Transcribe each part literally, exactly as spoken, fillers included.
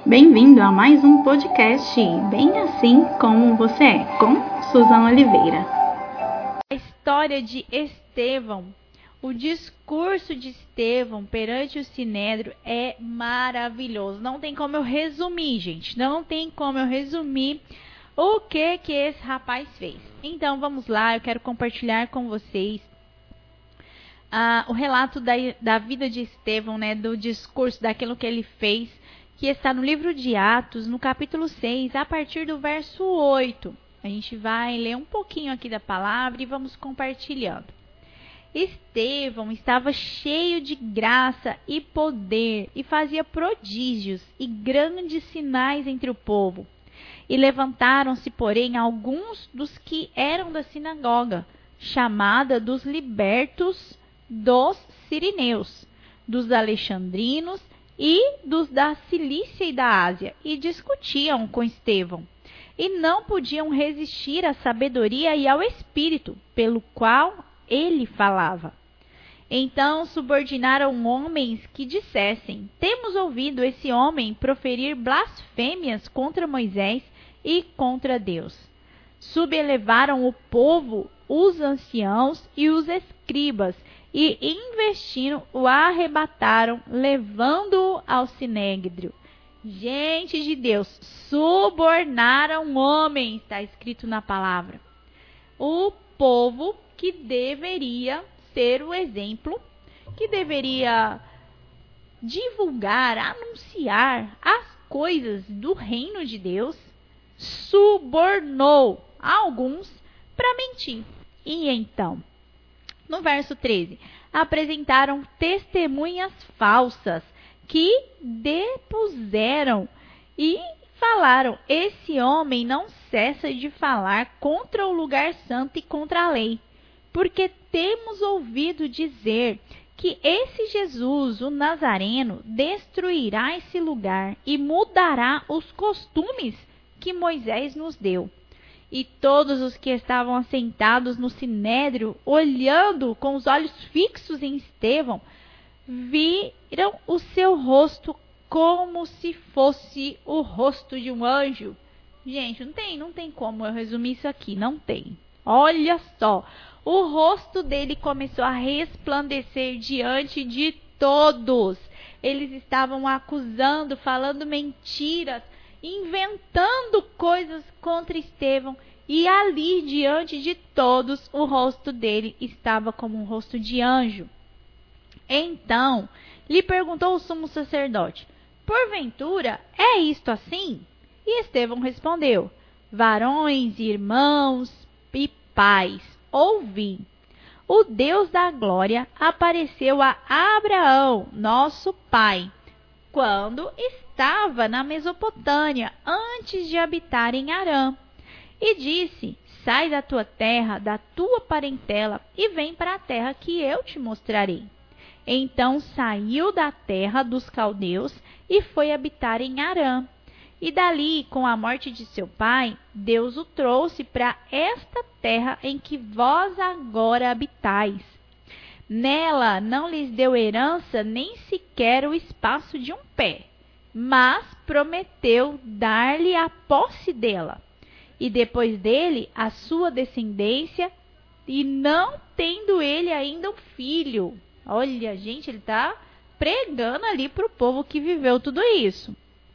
Bem-vindo a mais um podcast, bem assim como você é, com Suzana Oliveira. A história de Estevão, o discurso de Estevão perante o Sinédrio é maravilhoso. Não tem como eu resumir, gente, não tem como eu resumir o que que esse rapaz fez. Então vamos lá, eu quero compartilhar com vocês ah, o relato da, da vida de Estevão, né, do discurso, daquilo que ele fez, que está no livro de Atos, no capítulo seis, a partir do verso oito. A gente vai ler um pouquinho aqui da palavra e vamos compartilhando. Estevão estava cheio de graça e poder e fazia prodígios e grandes sinais entre o povo. E levantaram-se, porém, alguns dos que eram da sinagoga, chamada dos libertos dos sirineus, dos alexandrinos e dos da Cilícia e da Ásia, e discutiam com Estevão, e não podiam resistir à sabedoria e ao espírito, pelo qual ele falava. Então subordinaram homens que dissessem: temos ouvido esse homem proferir blasfêmias contra Moisés e contra Deus. Subelevaram o povo, os anciãos e os escribas, e investindo o arrebataram, levando-o ao sinédrio. Gente de Deus, subornaram homens, está escrito na palavra. O povo que deveria ser o exemplo, que deveria divulgar, anunciar as coisas do reino de Deus, subornou alguns para mentir. E então, no verso treze, apresentaram testemunhas falsas que depuseram e falaram: esse homem não cessa de falar contra o lugar santo e contra a lei, porque temos ouvido dizer que esse Jesus, o Nazareno, destruirá esse lugar e mudará os costumes que Moisés nos deu. E todos os que estavam assentados no sinédrio, olhando com os olhos fixos em Estevão, viram o seu rosto como se fosse o rosto de um anjo. Gente, não tem, não tem como eu resumir isso aqui, não tem. Olha só, o rosto dele começou a resplandecer diante de todos. Eles estavam acusando, falando mentiras, inventando coisas contra Estevão, e ali diante de todos o rosto dele estava como um rosto de anjo. Então lhe perguntou o sumo sacerdote: porventura é isto assim? E Estevão respondeu: varões, irmãos e pais, ouvi. O Deus da glória apareceu a Abraão, nosso pai, quando estava na Mesopotâmia, antes de habitar em Harã, e disse: sai da tua terra, da tua parentela, e vem para a terra que eu te mostrarei. Então saiu da terra dos caldeus e foi habitar em Harã. E dali, com a morte de seu pai, Deus o trouxe para esta terra em que vós agora habitais. Nela não lhes deu herança nem sequer o espaço de um pé, mas prometeu dar-lhe a posse dela, e depois dele a sua descendência, e não tendo ele ainda um filho. Olha, gente, ele está pregando ali para o povo que viveu tudo isso.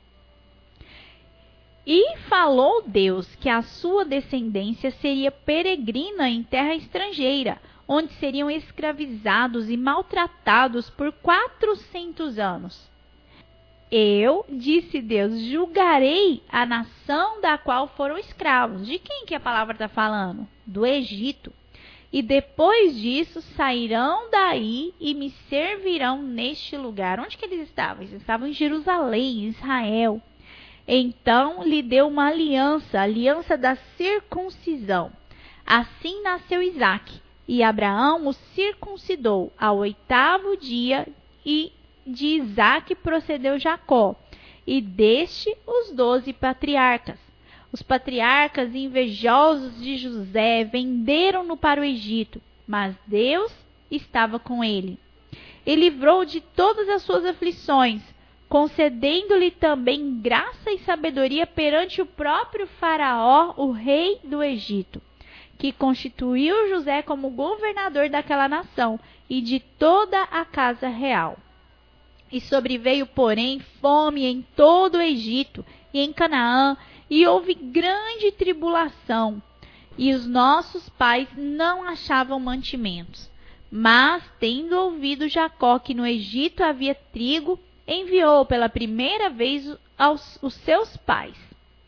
E falou Deus que a sua descendência seria peregrina em terra estrangeira, onde seriam escravizados e maltratados por quatrocentos anos. Eu, disse Deus, julgarei a nação da qual foram escravos. De quem que a palavra está falando? Do Egito. E depois disso sairão daí e me servirão neste lugar. Onde que eles estavam? Eles estavam em Jerusalém, em Israel. Então lhe deu uma aliança, a aliança da circuncisão. Assim nasceu Isaque, e Abraão o circuncidou ao oitavo dia, e de Isaque procedeu Jacó, e deste os doze patriarcas. Os patriarcas, invejosos de José, venderam-no para o Egito, mas Deus estava com ele. E livrou de todas as suas aflições, concedendo-lhe também graça e sabedoria perante o próprio Faraó, o rei do Egito, que constituiu José como governador daquela nação e de toda a casa real. E sobreveio, porém, fome em todo o Egito e em Canaã, e houve grande tribulação, e os nossos pais não achavam mantimentos. Mas, tendo ouvido Jacó que no Egito havia trigo, enviou pela primeira vez aos os seus pais.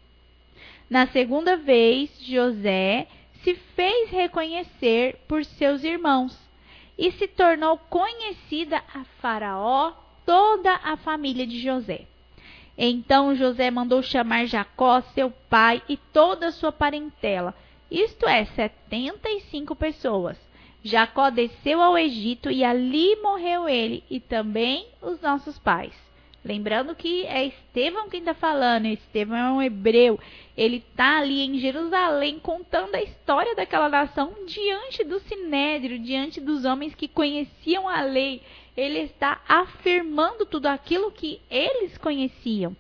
Na segunda vez, José se fez reconhecer por seus irmãos, e se tornou conhecida a Faraó toda a família de José. Então José mandou chamar Jacó, seu pai, e toda a sua parentela, isto é, setenta e cinco pessoas. Jacó desceu ao Egito e ali morreu ele e também os nossos pais. Lembrando que é Estevão quem está falando, Estevão é um hebreu, ele está ali em Jerusalém contando a história daquela nação diante do Sinédrio, diante dos homens que conheciam a lei. Ele está afirmando tudo aquilo que eles conheciam.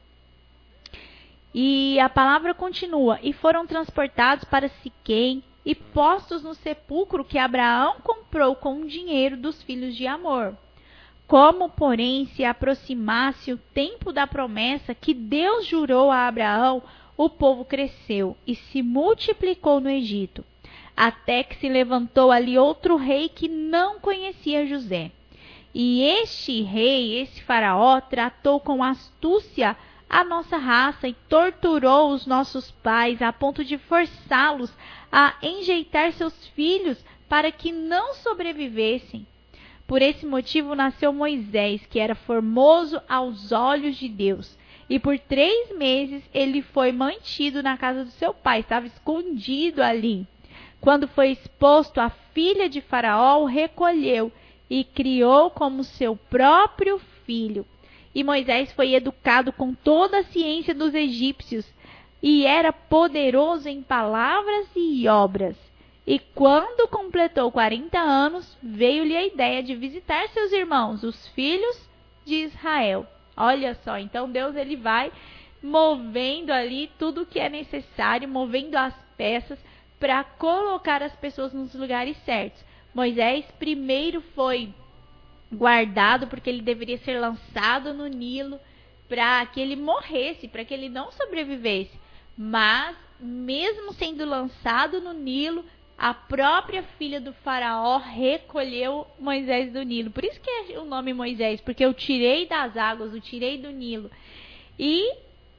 E a palavra continua, e foram transportados para Siquém e postos no sepulcro que Abraão comprou com o dinheiro dos filhos de Amor. Como, porém, se aproximasse o tempo da promessa que Deus jurou a Abraão, o povo cresceu e se multiplicou no Egito, até que se levantou ali outro rei que não conhecia José. E este rei, esse faraó, tratou com astúcia a nossa raça e torturou os nossos pais a ponto de forçá-los a enjeitar seus filhos para que não sobrevivessem. Por esse motivo nasceu Moisés, que era formoso aos olhos de Deus. E por três meses ele foi mantido na casa do seu pai, estava escondido ali. Quando foi exposto, a filha de Faraó o recolheu e criou como seu próprio filho. E Moisés foi educado com toda a ciência dos egípcios e era poderoso em palavras e obras. E quando completou quarenta anos, veio-lhe a ideia de visitar seus irmãos, os filhos de Israel. Olha só, então Deus ele vai movendo ali tudo o que é necessário, movendo as peças para colocar as pessoas nos lugares certos. Moisés primeiro foi guardado porque ele deveria ser lançado no Nilo para que ele morresse, para que ele não sobrevivesse. Mas, mesmo sendo lançado no Nilo, a própria filha do faraó recolheu Moisés do Nilo. Por isso que é o nome Moisés, porque eu tirei das águas, eu tirei do Nilo. E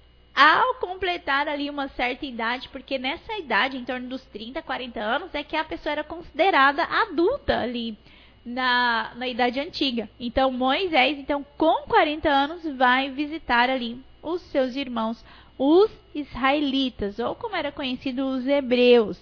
ao completar ali uma certa idade, porque nessa idade, em torno dos trinta, quarenta anos, é que a pessoa era considerada adulta ali na, na idade antiga. Então Moisés, então, com quarenta anos, vai visitar ali os seus irmãos, os israelitas, ou como era conhecido, os hebreus.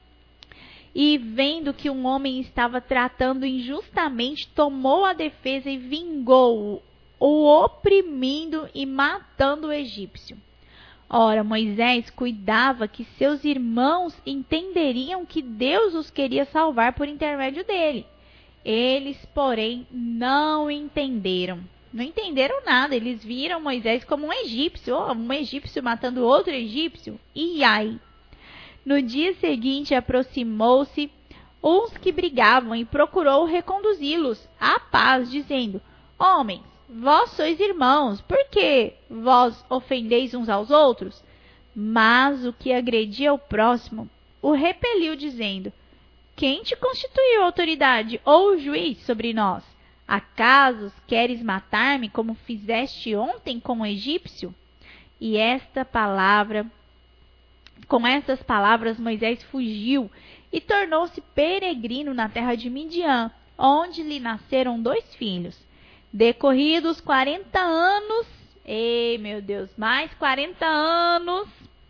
E vendo que um homem estava tratando injustamente, tomou a defesa e vingou-o, o oprimindo e matando o egípcio. Ora, Moisés cuidava que seus irmãos entenderiam que Deus os queria salvar por intermédio dele. Eles, porém, não entenderam. Não entenderam nada. Eles viram Moisés como um egípcio. Oh, um egípcio matando outro egípcio. E ai! No dia seguinte, aproximou-se uns que brigavam e procurou reconduzi-los à paz, dizendo: Homens, vós sois irmãos, por que vós ofendeis uns aos outros? Mas o que agredia o próximo o repeliu, dizendo: Quem te constituiu autoridade ou juiz sobre nós? Acaso queres matar-me como fizeste ontem com o egípcio? E esta palavra... Com essas palavras, Moisés fugiu e tornou-se peregrino na terra de Midian, onde lhe nasceram dois filhos. Decorridos quarenta anos, ei meu Deus, mais quarenta anos,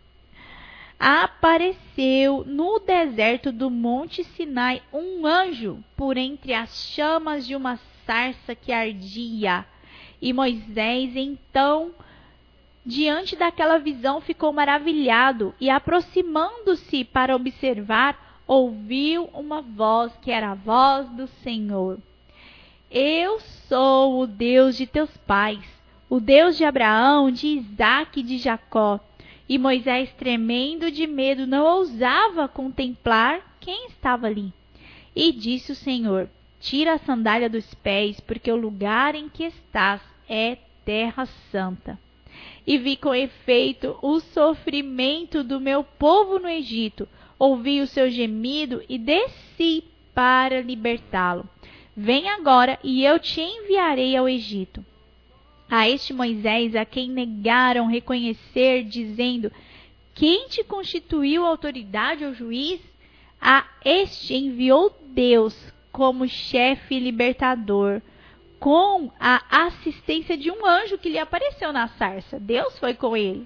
apareceu no deserto do Monte Sinai um anjo por entre as chamas de uma sarça que ardia. E Moisés então, diante daquela visão, ficou maravilhado e, aproximando-se para observar, ouviu uma voz que era a voz do Senhor. Eu sou o Deus de teus pais, o Deus de Abraão, de Isaque e de Jacó. E Moisés, tremendo de medo, não ousava contemplar quem estava ali. E disse o Senhor: tira a sandália dos pés, porque o lugar em que estás é terra santa. E vi com efeito o sofrimento do meu povo no Egito. Ouvi o seu gemido e desci para libertá-lo. Vem agora e eu te enviarei ao Egito. A este Moisés, a quem negaram reconhecer, dizendo: quem te constituiu autoridade ou juiz? A este enviou Deus como chefe libertador, com a assistência de um anjo que lhe apareceu na sarça. Deus foi com ele.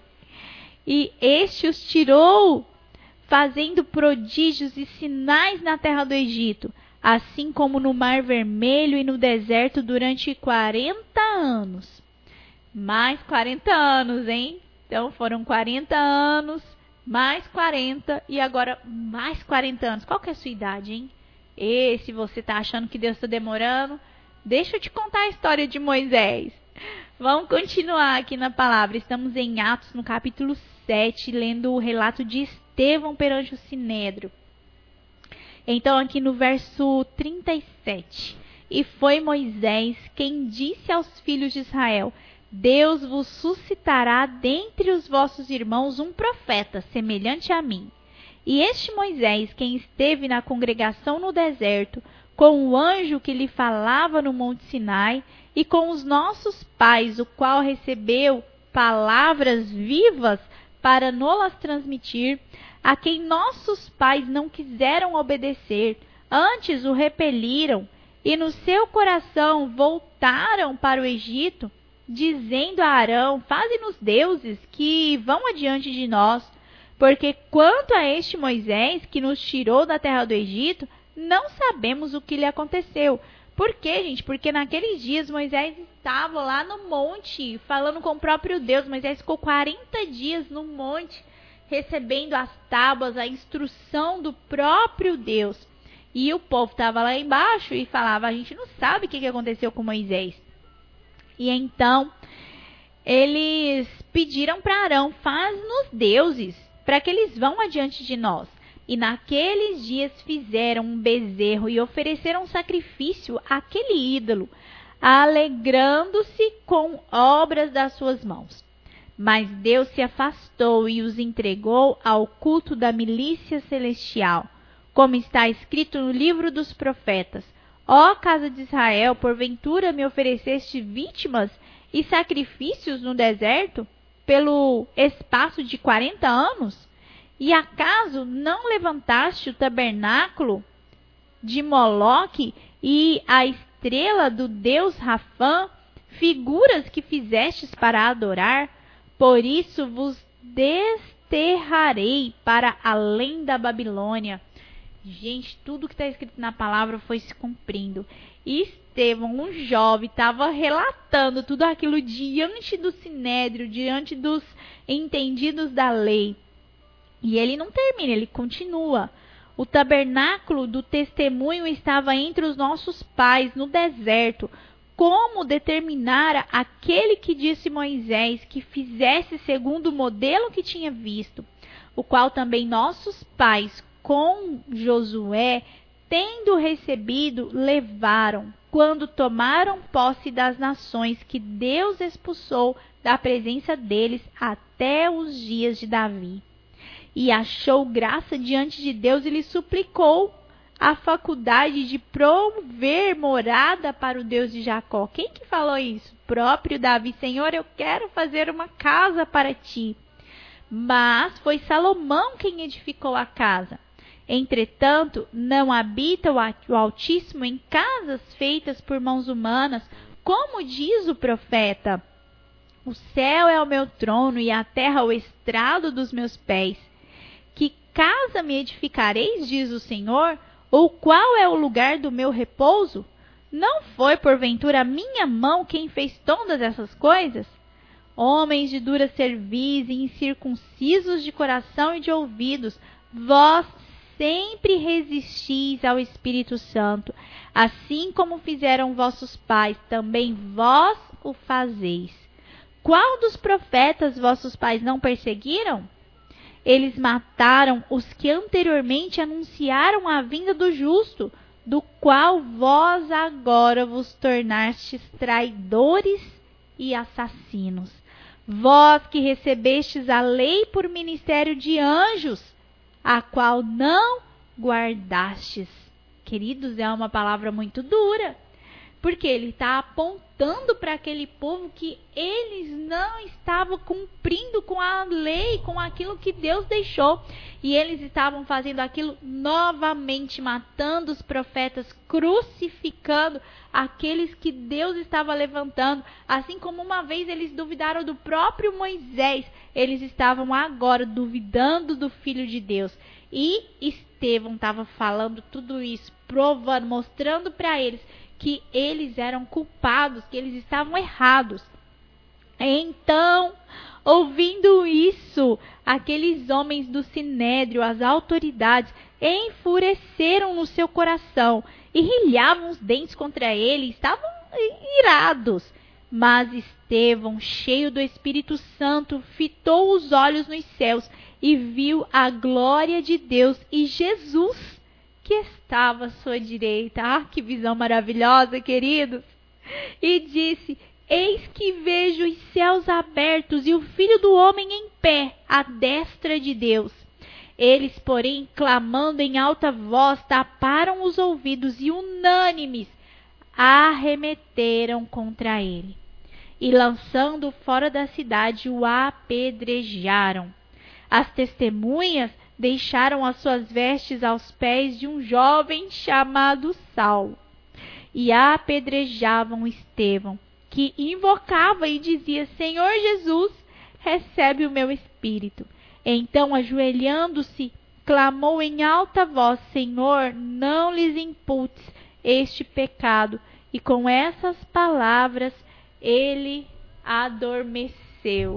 E este os tirou, fazendo prodígios e sinais na terra do Egito, assim como no Mar Vermelho e no deserto durante quarenta anos. Mais quarenta anos, hein? Então foram quarenta anos, mais quarenta e agora mais quarenta anos. Qual que é a sua idade, hein? E se você está achando que Deus está demorando, deixa eu te contar a história de Moisés. Vamos continuar aqui na palavra. Estamos em Atos, no capítulo sete, lendo o relato de Estevão perante o Sinédrio. Então, aqui no verso trinta e sete. E foi Moisés quem disse aos filhos de Israel: Deus vos suscitará dentre os vossos irmãos um profeta semelhante a mim. E este Moisés, quem esteve na congregação no deserto, com o anjo que lhe falava no monte Sinai, e com os nossos pais, o qual recebeu palavras vivas para nos-las transmitir, a quem nossos pais não quiseram obedecer, antes o repeliram, e no seu coração voltaram para o Egito, dizendo a Arão: faze-nos deuses que vão adiante de nós, porque quanto a este Moisés que nos tirou da terra do Egito, não sabemos o que lhe aconteceu. Por quê, gente? Porque naqueles dias Moisés estava lá no monte, falando com o próprio Deus. Moisés ficou quarenta dias no monte, recebendo as tábuas, a instrução do próprio Deus. E o povo estava lá embaixo e falava: a gente não sabe o que aconteceu com Moisés. E então, eles pediram para Arão: faz-nos deuses, para que eles vão adiante de nós. E naqueles dias fizeram um bezerro e ofereceram sacrifício àquele ídolo, alegrando-se com obras das suas mãos. Mas Deus se afastou e os entregou ao culto da milícia celestial, como está escrito no livro dos profetas: ó casa de Israel, porventura me ofereceste vítimas e sacrifícios no deserto pelo espaço de quarenta anos? E acaso não levantaste o tabernáculo de Moloque e a estrela do deus Rafã, figuras que fizestes para adorar? Por isso vos desterrarei para além da Babilônia. Gente, tudo que está escrito na palavra foi se cumprindo. E Estevão, um jovem, estava relatando tudo aquilo diante do sinédrio, diante dos entendidos da lei. E ele não termina, ele continua. O tabernáculo do testemunho estava entre os nossos pais no deserto. Como determinara aquele que disse Moisés que fizesse segundo o modelo que tinha visto, o qual também nossos pais com Josué, tendo recebido, levaram, quando tomaram posse das nações que Deus expulsou da presença deles até os dias de Davi. E achou graça diante de Deus e lhe suplicou a faculdade de prover morada para o Deus de Jacó. Quem que falou isso? O próprio Davi. Senhor, eu quero fazer uma casa para ti. Mas foi Salomão quem edificou a casa. Entretanto, não habita o Altíssimo em casas feitas por mãos humanas, como diz o profeta: o céu é o meu trono e a terra o estrado dos meus pés. Que casa me edificareis, diz o Senhor? Ou qual é o lugar do meu repouso? Não foi porventura a minha mão quem fez todas essas coisas? Homens de dura cerviz e incircuncisos de coração e de ouvidos, vós sempre resistis ao Espírito Santo, assim como fizeram vossos pais, também vós o fazeis. qual dos profetas vossos pais não perseguiram? Eles mataram os que anteriormente anunciaram a vinda do justo, do qual vós agora vos tornastes traidores e assassinos. Vós que recebestes a lei por ministério de anjos, a qual não guardastes. Queridos, é uma palavra muito dura, porque ele está apontando para aquele povo que eles não estavam cumprindo com a lei, com aquilo que Deus deixou. E eles estavam fazendo aquilo novamente, matando os profetas, crucificando aqueles que Deus estava levantando. Assim como uma vez eles duvidaram do próprio Moisés, eles estavam agora duvidando do Filho de Deus. E Estevão estava falando tudo isso, provando, mostrando para eles que eles eram culpados, que eles estavam errados. Então, ouvindo isso, aqueles homens do Sinédrio, as autoridades, enfureceram no seu coração e rilhavam os dentes contra ele, estavam irados. Mas Estevão, cheio do Espírito Santo, fitou os olhos nos céus e viu a glória de Deus e Jesus, que estava à sua direita. Ah, que visão maravilhosa, queridos! E disse: eis que vejo os céus abertos e o Filho do Homem em pé, à destra de Deus. Eles, porém, clamando em alta voz, taparam os ouvidos e, unânimes, arremeteram contra ele. E, lançando-o fora da cidade, o apedrejaram. As testemunhas deixaram as suas vestes aos pés de um jovem chamado Saulo, e apedrejavam Estevão, que invocava e dizia: Senhor Jesus, recebe o meu espírito. Então, ajoelhando-se, clamou em alta voz: Senhor, não lhes imputes este pecado. E com essas palavras, ele adormeceu.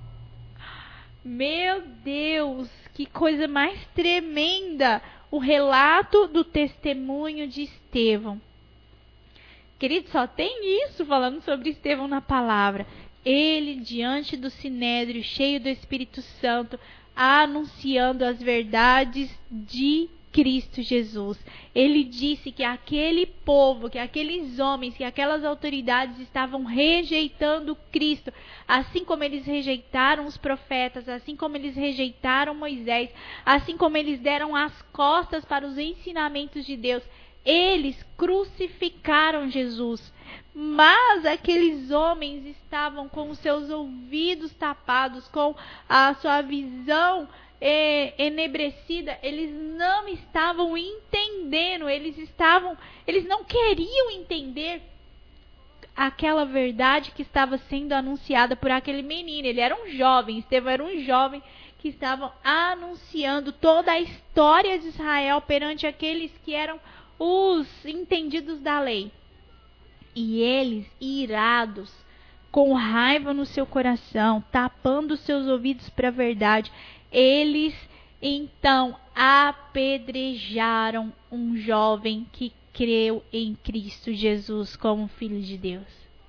Meu Deus, que coisa mais tremenda! O relato do testemunho de Estevão. Querido, só tem isso falando sobre Estevão na palavra. Ele, diante do Sinédrio, cheio do Espírito Santo, anunciando as verdades de Cristo Jesus. Ele disse que aquele povo, que aqueles homens, que aquelas autoridades estavam rejeitando Cristo, assim como eles rejeitaram os profetas, assim como eles rejeitaram Moisés, assim como eles deram as costas para os ensinamentos de Deus. Eles crucificaram Jesus, mas aqueles homens estavam com os seus ouvidos tapados, com a sua visão é, enebrecida. Eles não estavam entendendo, eles estavam, eles não queriam entender aquela verdade que estava sendo anunciada por aquele menino. Ele era um jovem, Estevão era um jovem que estavam anunciando toda a história de Israel perante aqueles que eram os entendidos da lei. E eles, irados, com raiva no seu coração, tapando seus ouvidos para a verdade, eles então apedrejaram um jovem que creu em Cristo Jesus como Filho de Deus.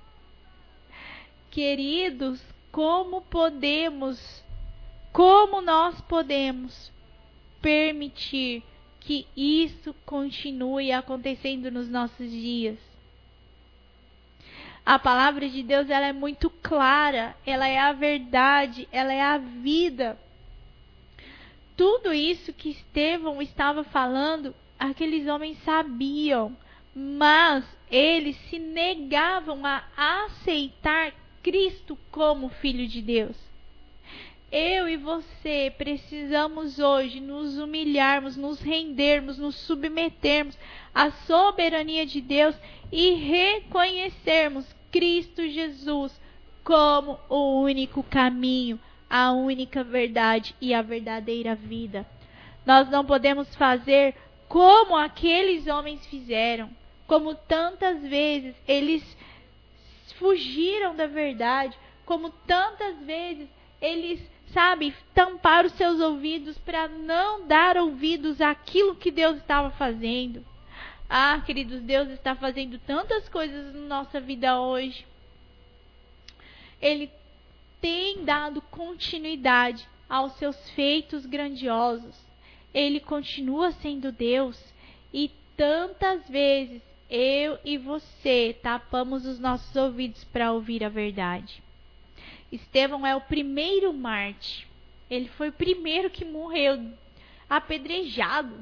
Queridos, como podemos, como nós podemos permitir que isso continue acontecendo nos nossos dias? A palavra de Deus, ela é muito clara, ela é a verdade, ela é a vida. Tudo isso que Estevão estava falando, aqueles homens sabiam, mas eles se negavam a aceitar Cristo como Filho de Deus. Eu e você precisamos hoje nos humilharmos, nos rendermos, nos submetermos à soberania de Deus e reconhecermos Cristo Jesus como o único caminho, a única verdade e a verdadeira vida. Nós não podemos fazer como aqueles homens fizeram, como tantas vezes eles fugiram da verdade, como tantas vezes eles, sabe, tamparam os seus ouvidos para não dar ouvidos àquilo que Deus estava fazendo. Ah, queridos, Deus está fazendo tantas coisas na nossa vida hoje. Ele tem dado continuidade aos seus feitos grandiosos. Ele continua sendo Deus e tantas vezes eu e você tapamos os nossos ouvidos para ouvir a verdade. Estevão é o primeiro mártir. Ele foi o primeiro que morreu apedrejado.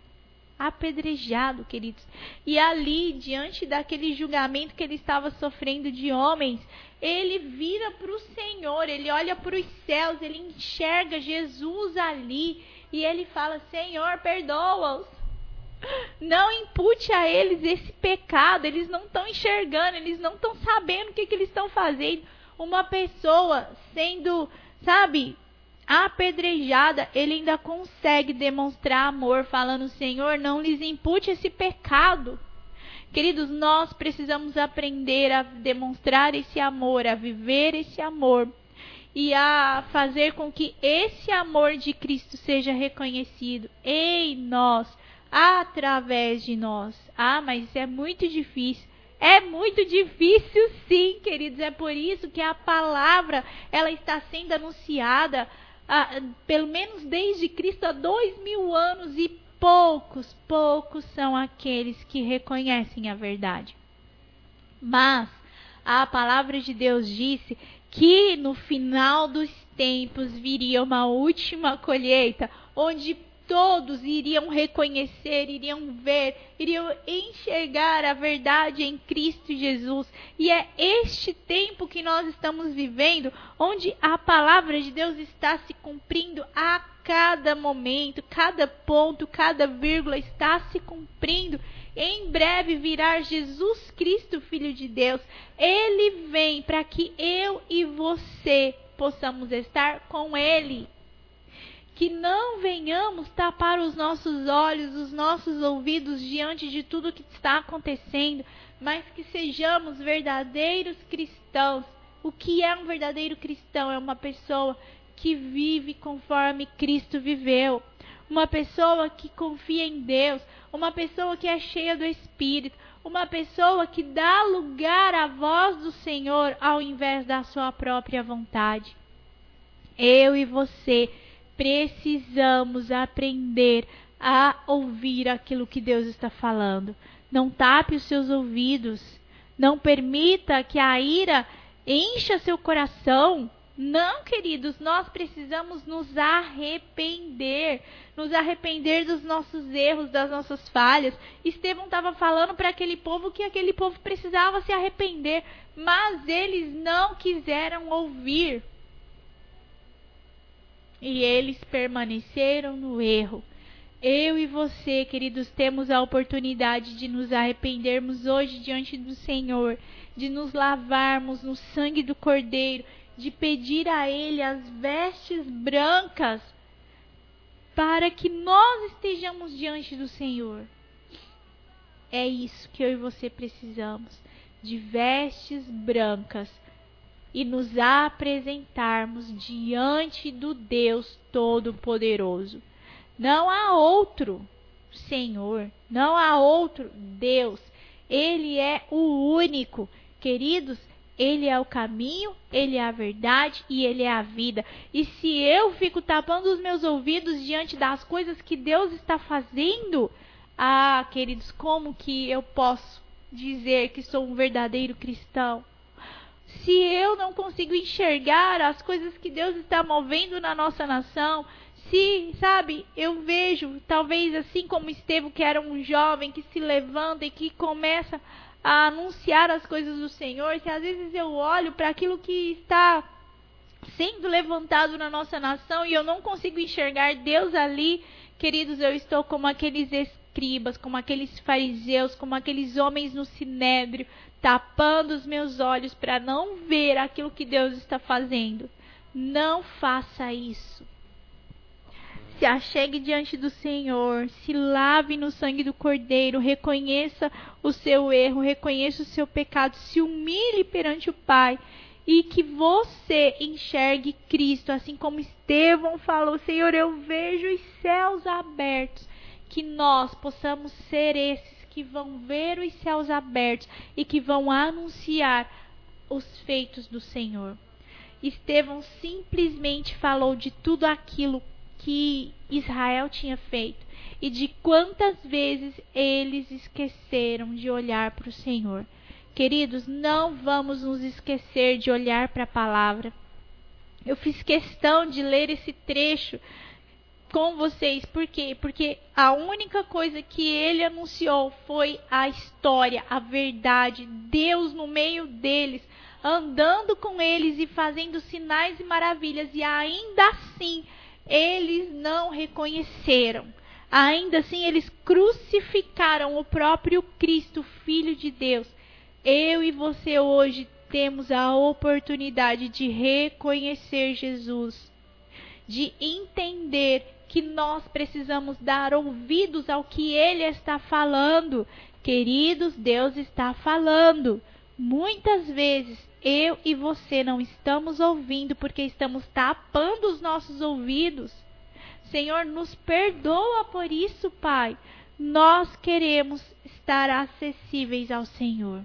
Apedrejado, queridos. E ali, diante daquele julgamento que ele estava sofrendo de homens, ele vira para o Senhor, ele olha para os céus, ele enxerga Jesus ali e ele fala: Senhor, perdoa-os. Não impute a eles esse pecado, eles não estão enxergando, eles não estão sabendo o que, que eles estão fazendo. Uma pessoa sendo, sabe, apedrejada, ele ainda consegue demonstrar amor, falando: Senhor, não lhes impute esse pecado. Queridos, nós precisamos aprender a demonstrar esse amor, a viver esse amor e a fazer com que esse amor de Cristo seja reconhecido em nós, através de nós. Ah, mas isso é muito difícil. É muito difícil, sim, queridos. É por isso que a palavra ela está sendo anunciada ah, pelo menos desde Cristo há dois mil anos, e poucos, poucos são aqueles que reconhecem a verdade. Mas a palavra de Deus disse que no final dos tempos viria uma última colheita, onde todos iriam reconhecer, iriam ver, iriam enxergar a verdade em Cristo Jesus. E é este tempo que nós estamos vivendo, onde a palavra de Deus está se cumprindo a cada momento, cada ponto, cada vírgula está se cumprindo. Em breve virá Jesus Cristo, Filho de Deus. Ele vem para que eu e você possamos estar com Ele. Que não venhamos tapar os nossos olhos, os nossos ouvidos diante de tudo que está acontecendo, mas que sejamos verdadeiros cristãos. O que é um verdadeiro cristão? É uma pessoa que vive conforme Cristo viveu, uma pessoa que confia em Deus, uma pessoa que é cheia do Espírito, uma pessoa que dá lugar à voz do Senhor ao invés da sua própria vontade. Eu e você precisamos aprender a ouvir aquilo que Deus está falando. Não tape os seus ouvidos. Não permita que a ira encha seu coração. Não, queridos, nós precisamos nos arrepender. Nos arrepender dos nossos erros, das nossas falhas. Estevão estava falando para aquele povo que aquele povo precisava se arrepender, mas eles não quiseram ouvir. E eles permaneceram no erro. Eu e você, queridos, temos a oportunidade de nos arrependermos hoje diante do Senhor, de nos lavarmos no sangue do Cordeiro, de pedir a Ele as vestes brancas, para que nós estejamos diante do Senhor. É isso que eu e você precisamos, de vestes brancas, e nos apresentarmos diante do Deus Todo-Poderoso. Não há outro Senhor, não há outro Deus. Ele é o único. Queridos, Ele é o caminho, Ele é a verdade e Ele é a vida. E se eu fico tapando os meus ouvidos diante das coisas que Deus está fazendo, ah, queridos, como que eu posso dizer que sou um verdadeiro cristão? Se eu não consigo enxergar as coisas que Deus está movendo na nossa nação, se, sabe, eu vejo, talvez assim como Estevão, que era um jovem que se levanta e que começa a anunciar as coisas do Senhor, se às vezes eu olho para aquilo que está sendo levantado na nossa nação e eu não consigo enxergar Deus ali, queridos, eu estou como aqueles escribas, como aqueles fariseus, como aqueles homens no sinédrio, tapando os meus olhos para não ver aquilo que Deus está fazendo. Não faça isso. Se achegue diante do Senhor, se lave no sangue do Cordeiro, reconheça o seu erro, reconheça o seu pecado, se humilhe perante o Pai e que você enxergue Cristo, assim como Estevão falou: Senhor, eu vejo os céus abertos. Que nós possamos ser esses que vão ver os céus abertos e que vão anunciar os feitos do Senhor. Estevão simplesmente falou de tudo aquilo que Israel tinha feito e de quantas vezes eles esqueceram de olhar para o Senhor. Queridos, não vamos nos esquecer de olhar para a palavra. Eu fiz questão de ler esse trecho com vocês. Por quê? Porque a única coisa que ele anunciou foi a história, a verdade, Deus no meio deles, andando com eles e fazendo sinais e maravilhas, e ainda assim eles não reconheceram. Ainda assim eles crucificaram o próprio Cristo, Filho de Deus. Eu e você hoje temos a oportunidade de reconhecer Jesus, de entender que nós precisamos dar ouvidos ao que Ele está falando. Queridos, Deus está falando. Muitas vezes eu e você não estamos ouvindo porque estamos tapando os nossos ouvidos. Senhor, nos perdoa por isso, Pai. Nós queremos estar acessíveis ao Senhor.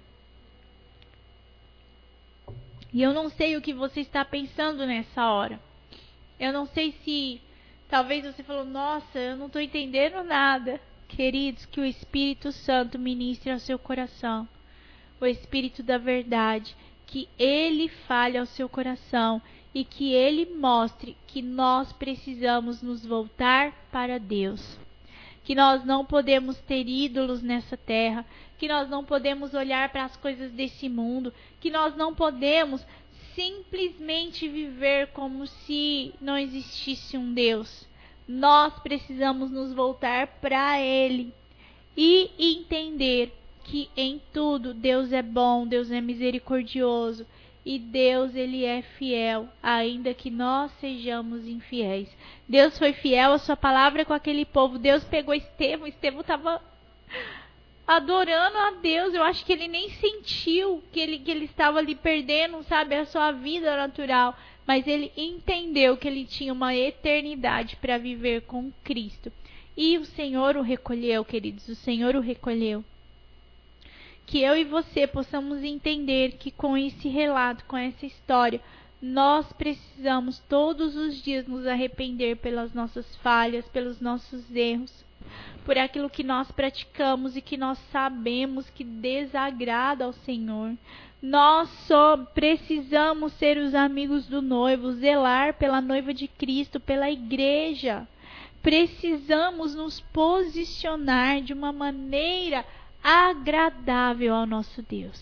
E eu não sei o que você está pensando nessa hora. Eu não sei se talvez você falou, nossa, eu não estou entendendo nada. Queridos, que o Espírito Santo ministre ao seu coração. O Espírito da verdade. Que Ele fale ao seu coração. E que Ele mostre que nós precisamos nos voltar para Deus. Que nós não podemos ter ídolos nessa terra, que nós não podemos olhar para as coisas desse mundo, que nós não podemos simplesmente viver como se não existisse um Deus. Nós precisamos nos voltar para Ele e entender que em tudo Deus é bom, Deus é misericordioso e Deus, Ele é fiel, ainda que nós sejamos infiéis. Deus foi fiel à sua palavra com aquele povo. Deus pegou Estevão, Estevão estava adorando a Deus. Eu acho que ele nem sentiu que ele, que ele estava ali perdendo, sabe, a sua vida natural. Mas ele entendeu que ele tinha uma eternidade para viver com Cristo. E o Senhor o recolheu, queridos, o Senhor o recolheu. Que eu e você possamos entender que com esse relato, com essa história, nós precisamos todos os dias nos arrepender pelas nossas falhas, pelos nossos erros, por aquilo que nós praticamos e que nós sabemos que desagrada ao Senhor. Nós só precisamos ser os amigos do noivo, zelar pela noiva de Cristo, pela igreja. Precisamos nos posicionar de uma maneira agradável ao nosso Deus.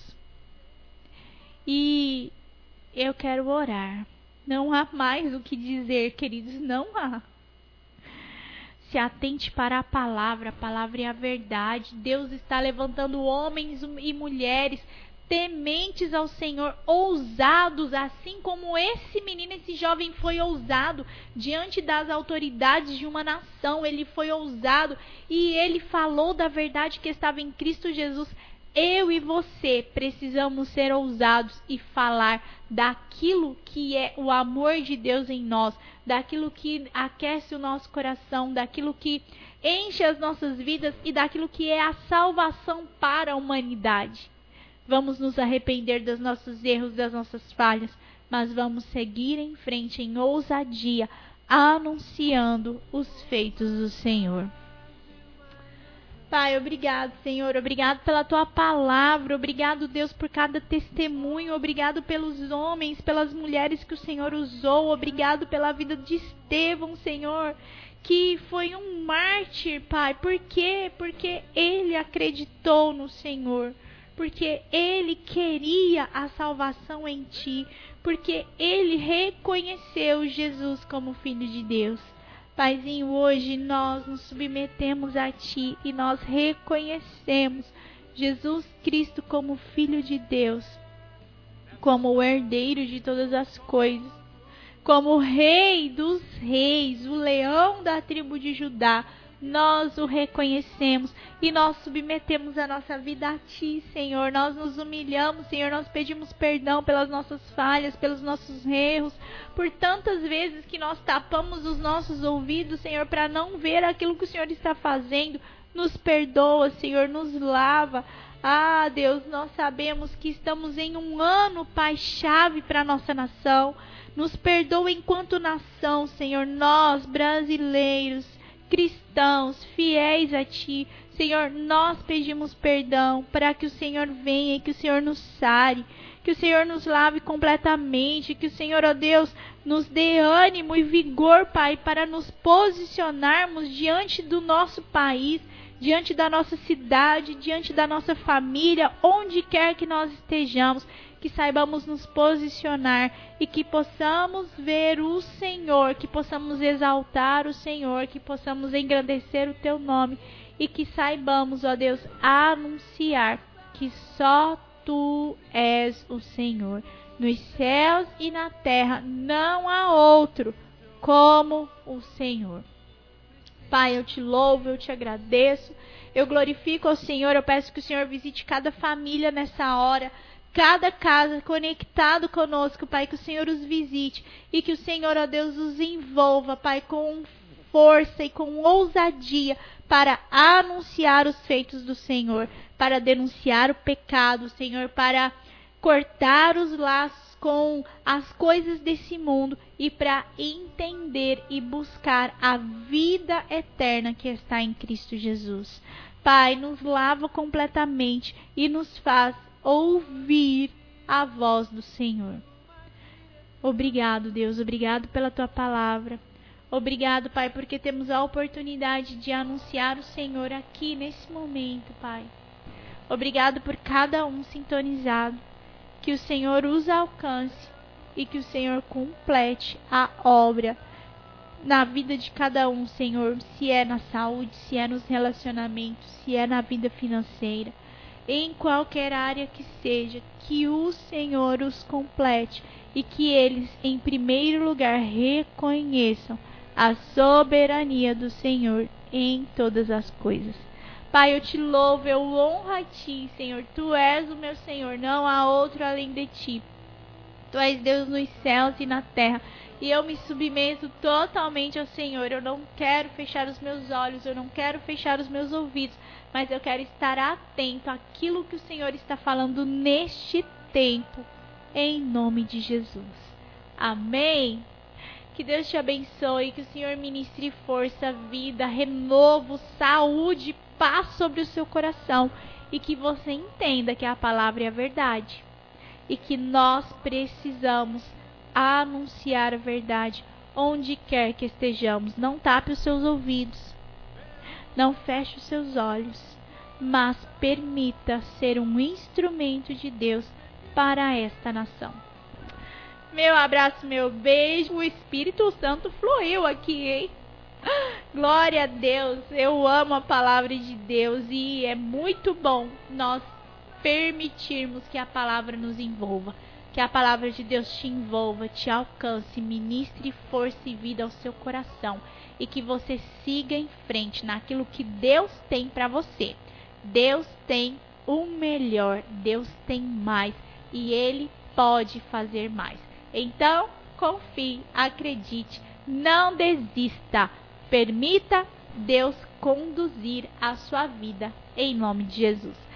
E eu quero orar. Não há mais o que dizer, queridos, não há. Se atente para a palavra, a palavra é a verdade. Deus está levantando homens e mulheres tementes ao Senhor, ousados, assim como esse menino, esse jovem foi ousado diante das autoridades de uma nação. Ele foi ousado e ele falou da verdade que estava em Cristo Jesus. Eu e você precisamos ser ousados e falar daquilo que é o amor de Deus em nós, daquilo que aquece o nosso coração, daquilo que enche as nossas vidas e daquilo que é a salvação para a humanidade. Vamos nos arrepender dos nossos erros, das nossas falhas, mas vamos seguir em frente em ousadia, anunciando os feitos do Senhor. Pai, obrigado, Senhor, obrigado pela Tua palavra, obrigado, Deus, por cada testemunho, obrigado pelos homens, pelas mulheres que o Senhor usou, obrigado pela vida de Estevão, Senhor, que foi um mártir, Pai. Por quê? Porque ele acreditou no Senhor. Porque ele queria a salvação em ti, porque ele reconheceu Jesus como Filho de Deus. Paizinho, hoje nós nos submetemos a ti e nós reconhecemos Jesus Cristo como Filho de Deus, como o herdeiro de todas as coisas, como o Rei dos reis, o leão da tribo de Judá. Nós o reconhecemos e nós submetemos a nossa vida a Ti, Senhor. Nós nos humilhamos, Senhor. Nós pedimos perdão pelas nossas falhas, pelos nossos erros, por tantas vezes que nós tapamos os nossos ouvidos, Senhor, para não ver aquilo que o Senhor está fazendo. Nos perdoa, Senhor, nos lava. Ah, Deus, nós sabemos que estamos em um ano, Pai, chave para a nossa nação. Nos perdoa enquanto nação, Senhor, nós brasileiros, cristãos, fiéis a Ti. Senhor, nós pedimos perdão para que o Senhor venha e que o Senhor nos sare, que o Senhor nos lave completamente, que o Senhor, ó Deus, nos dê ânimo e vigor, Pai, para nos posicionarmos diante do nosso país, diante da nossa cidade, diante da nossa família, onde quer que nós estejamos, que saibamos nos posicionar e que possamos ver o Senhor, que possamos exaltar o Senhor, que possamos engrandecer o Teu nome e que saibamos, ó Deus, anunciar que só Tu és o Senhor. Nos céus e na terra não há outro como o Senhor. Pai, eu Te louvo, eu Te agradeço, eu glorifico ao Senhor, eu peço que o Senhor visite cada família nessa hora, cada casa conectado conosco, Pai, que o Senhor os visite e que o Senhor, ó Deus, os envolva, Pai, com força e com ousadia para anunciar os feitos do Senhor, para denunciar o pecado, Senhor, para cortar os laços com as coisas desse mundo e para entender e buscar a vida eterna que está em Cristo Jesus. Pai, nos lava completamente e nos faz ouvir a voz do Senhor. Obrigado, Deus, obrigado pela Tua palavra. Obrigado, Pai, porque temos a oportunidade de anunciar o Senhor aqui nesse momento, Pai. Obrigado por cada um sintonizado. Que o Senhor os alcance e que o Senhor complete a obra na vida de cada um, Senhor. Se é na saúde, se é nos relacionamentos, se é na vida financeira, em qualquer área que seja, que o Senhor os complete e que eles, em primeiro lugar, reconheçam a soberania do Senhor em todas as coisas. Pai, eu Te louvo, eu honro a Ti, Senhor. Tu és o meu Senhor, não há outro além de Ti. Tu és Deus nos céus e na terra. E eu me submeto totalmente ao Senhor. Eu não quero fechar os meus olhos, eu não quero fechar os meus ouvidos, mas eu quero estar atento àquilo que o Senhor está falando neste tempo, em nome de Jesus. Amém? Que Deus te abençoe, que o Senhor ministre força, vida, renovo, saúde, paz sobre o seu coração e que você entenda que a palavra é a verdade e que nós precisamos anunciar a verdade onde quer que estejamos. Não tape os seus ouvidos, não feche os seus olhos, mas permita ser um instrumento de Deus para esta nação. Meu abraço, meu beijo. O Espírito Santo fluiu aqui, hein? Glória a Deus. Eu amo a palavra de Deus e é muito bom nós permitirmos que a palavra nos envolva. Que a palavra de Deus te envolva, te alcance, ministre força e vida ao seu coração. E que você siga em frente naquilo que Deus tem para você. Deus tem o melhor. Deus tem mais. E Ele pode fazer mais. Então, confie, acredite, não desista. Permita Deus conduzir a sua vida em nome de Jesus.